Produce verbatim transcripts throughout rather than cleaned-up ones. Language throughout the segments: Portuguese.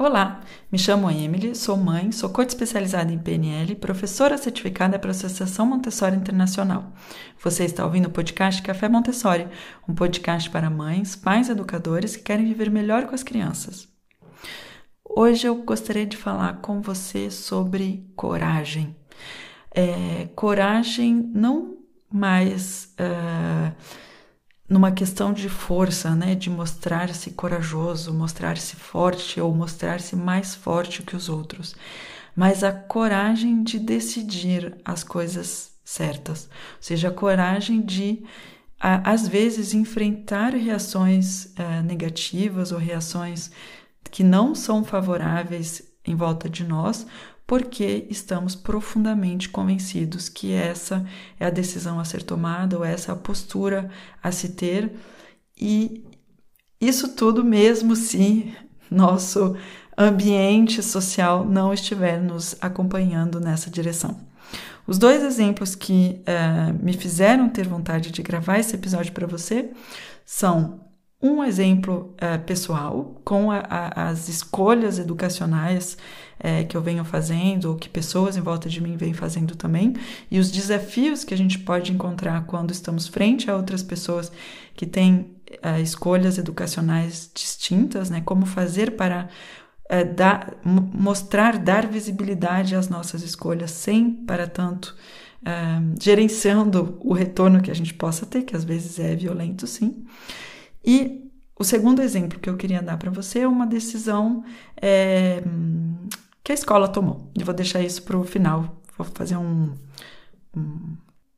Olá, me chamo Emily, sou mãe, sou coach especializada em P N L, professora certificada pela Associação Montessori Internacional. Você está ouvindo o podcast Café Montessori, um podcast para mães, pais e educadores que querem viver melhor com as crianças. Hoje eu gostaria de falar com você sobre coragem. É, coragem não mais uh, numa questão de força, né, de mostrar-se corajoso, mostrar-se forte ou mostrar-se mais forte que os outros, mas a coragem de decidir as coisas certas, ou seja, a coragem de, a, às vezes, enfrentar reações uh, negativas ou reações que não são favoráveis em volta de nós, porque estamos profundamente convencidos que essa é a decisão a ser tomada ou essa é a postura a se ter, e isso tudo mesmo se nosso ambiente social não estiver nos acompanhando nessa direção. Os dois exemplos que uh, me fizeram ter vontade de gravar esse episódio para você são um exemplo uh, pessoal com a, a, as escolhas educacionais uh, que eu venho fazendo, ou que pessoas em volta de mim vêm fazendo também, e os desafios que a gente pode encontrar quando estamos frente a outras pessoas que têm uh, escolhas educacionais distintas, né? Como fazer para uh, dar, mostrar, dar visibilidade às nossas escolhas sem, para tanto, uh, gerenciando o retorno que a gente possa ter, que às vezes é violento, sim. E o segundo exemplo que eu queria dar para você é uma decisão é, que a escola tomou. Eu vou deixar isso para o final, vou fazer um, um...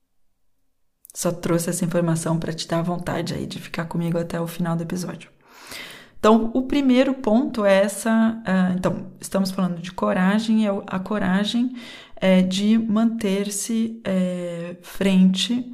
Só trouxe essa informação para te dar vontade aí de ficar comigo até o final do episódio. Então, o primeiro ponto é essa... Uh, então, estamos falando de coragem, é a coragem é, de manter-se é, frente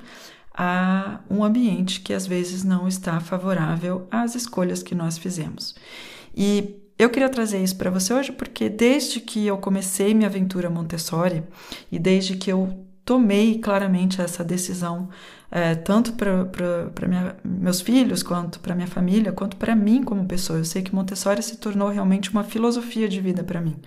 a um ambiente que às vezes não está favorável às escolhas que nós fizemos. E eu queria trazer isso para você hoje porque desde que eu comecei minha aventura Montessori e desde que eu tomei claramente essa decisão, é, tanto para meus filhos, quanto para minha família, quanto para mim como pessoa, eu sei que Montessori se tornou realmente uma filosofia de vida para mim.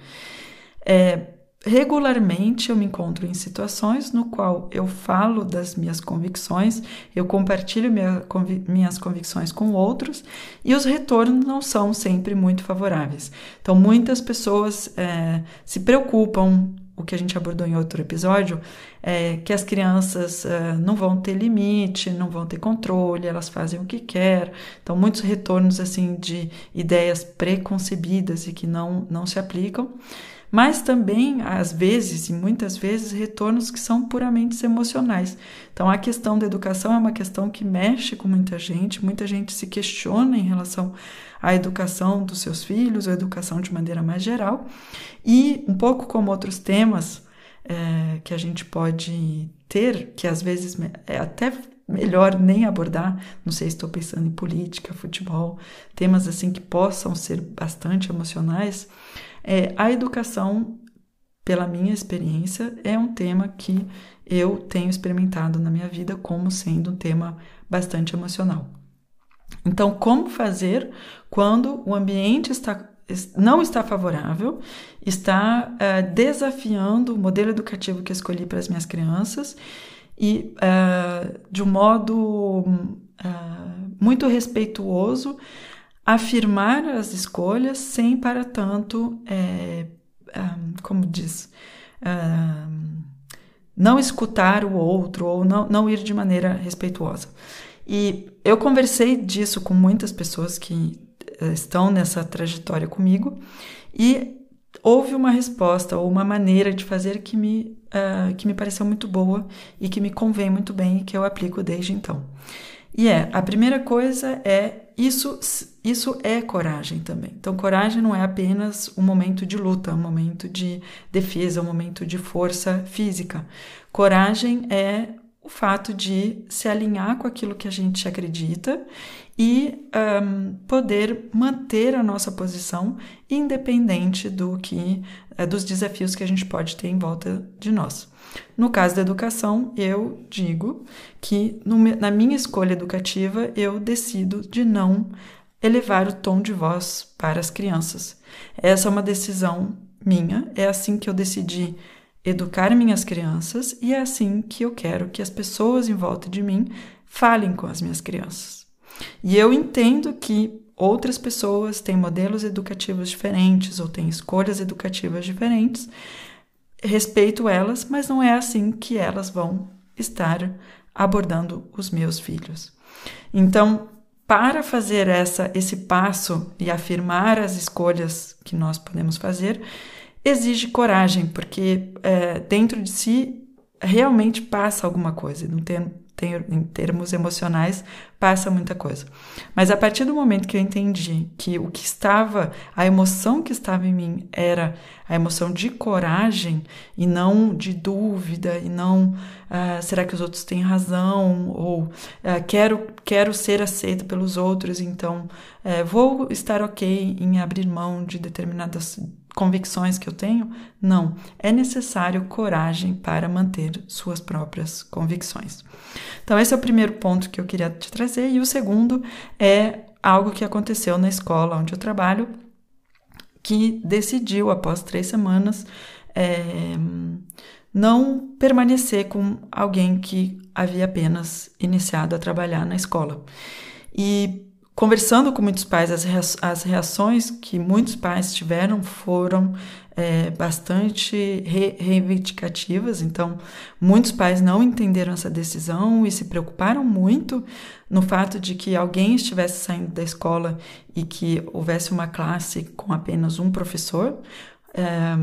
É, Regularmente eu me encontro em situações no qual eu falo das minhas convicções, eu compartilho minha, convi, minhas convicções com outros e os retornos não são sempre muito favoráveis. Então muitas pessoas é, se preocupam, o que a gente abordou em outro episódio, é que as crianças é, não vão ter limite, não vão ter controle, elas fazem o que quer. Então muitos retornos assim de ideias preconcebidas e que não, não se aplicam. Mas também, às vezes, e muitas vezes, retornos que são puramente emocionais. Então, a questão da educação é uma questão que mexe com muita gente, muita gente se questiona em relação à educação dos seus filhos, ou à educação de maneira mais geral, e um pouco como outros temas é, que a gente pode ter, que às vezes é até melhor nem abordar, não sei se estou pensando em política, futebol, temas assim que possam ser bastante emocionais. É, a educação, pela minha experiência, é um tema que eu tenho experimentado na minha vida como sendo um tema bastante emocional. Então, como fazer quando o ambiente está, não está favorável, está uh, desafiando o modelo educativo que eu escolhi para as minhas crianças e uh, de um modo uh, muito respeituoso, afirmar as escolhas sem, para tanto, é, um, como diz, um, não escutar o outro ou não, não ir de maneira respeituosa. E eu conversei disso com muitas pessoas que uh, estão nessa trajetória comigo e houve uma resposta ou uma maneira de fazer que me, uh, que me pareceu muito boa e que me convém muito bem e que eu aplico desde então. E é, a primeira coisa é, isso, isso é coragem também. Então, coragem não é apenas um momento de luta, um momento de defesa, um momento de força física. Coragem é o fato de se alinhar com aquilo que a gente acredita e um, poder manter a nossa posição independente do que, dos desafios que a gente pode ter em volta de nós. No caso da educação, eu digo que no, na minha escolha educativa eu decido de não elevar o tom de voz para as crianças. Essa é uma decisão minha, é assim que eu decidi educar minhas crianças e é assim que eu quero que as pessoas em volta de mim falem com as minhas crianças. E eu entendo que outras pessoas têm modelos educativos diferentes ou têm escolhas educativas diferentes, respeito elas, mas não é assim que elas vão estar abordando os meus filhos. Então, para fazer essa, esse passo e afirmar as escolhas que nós podemos fazer, exige coragem, porque é, dentro de si realmente passa alguma coisa, não tem, tem, em termos emocionais passa muita coisa. Mas a partir do momento que eu entendi que o que estava, a emoção que estava em mim era a emoção de coragem e não de dúvida, e não ah, será que os outros têm razão, ou ah, quero, quero ser aceito pelos outros, então eh, vou estar ok em abrir mão de determinadas convicções que eu tenho? Não, é necessário coragem para manter suas próprias convicções. Então esse é o primeiro ponto que eu queria te trazer, e o segundo é algo que aconteceu na escola onde eu trabalho, que decidiu após três semanas é, não permanecer com alguém que havia apenas iniciado a trabalhar na escola. E conversando com muitos pais, as reações que muitos pais tiveram foram é, bastante re- reivindicativas. Então, muitos pais não entenderam essa decisão e se preocuparam muito no fato de que alguém estivesse saindo da escola e que houvesse uma classe com apenas um professor. É,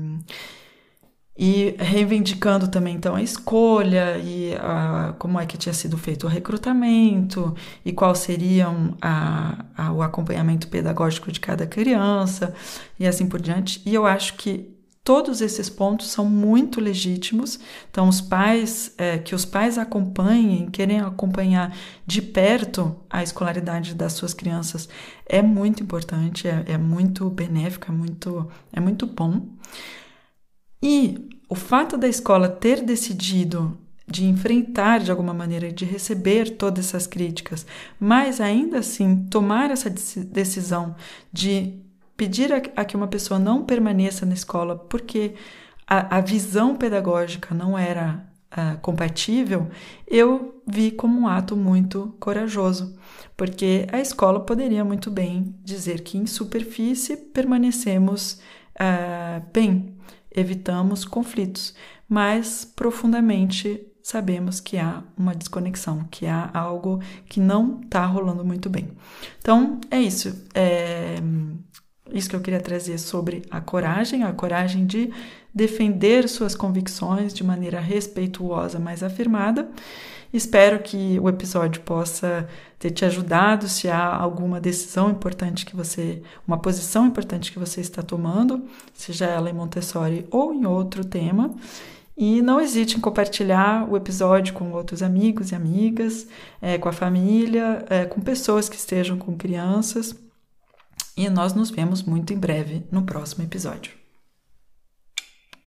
E reivindicando também, então, a escolha e a, como é que tinha sido feito o recrutamento e qual seria a, a, o acompanhamento pedagógico de cada criança e assim por diante. E eu acho que todos esses pontos são muito legítimos. Então, os pais, é, que os pais acompanhem, querem acompanhar de perto a escolaridade das suas crianças é muito importante, é, é muito benéfico, é muito, é muito bom. E o fato da escola ter decidido de enfrentar de alguma maneira, de receber todas essas críticas, mas ainda assim tomar essa decisão de pedir a, a que uma pessoa não permaneça na escola porque a, a visão pedagógica não era uh, compatível, eu vi como um ato muito corajoso, porque a escola poderia muito bem dizer que em superfície permanecemos uh, bem, evitamos conflitos, mas profundamente sabemos que há uma desconexão, que há algo que não está rolando muito bem. Então, é isso. É isso que eu queria trazer sobre a coragem, a coragem de defender suas convicções de maneira respeituosa, mas afirmada. Espero que o episódio possa ter te ajudado, se há alguma decisão importante que você, uma posição importante que você está tomando, seja ela em Montessori ou em outro tema. E não hesite em compartilhar o episódio com outros amigos e amigas, é, com a família, é, com pessoas que estejam com crianças. E nós nos vemos muito em breve no próximo episódio.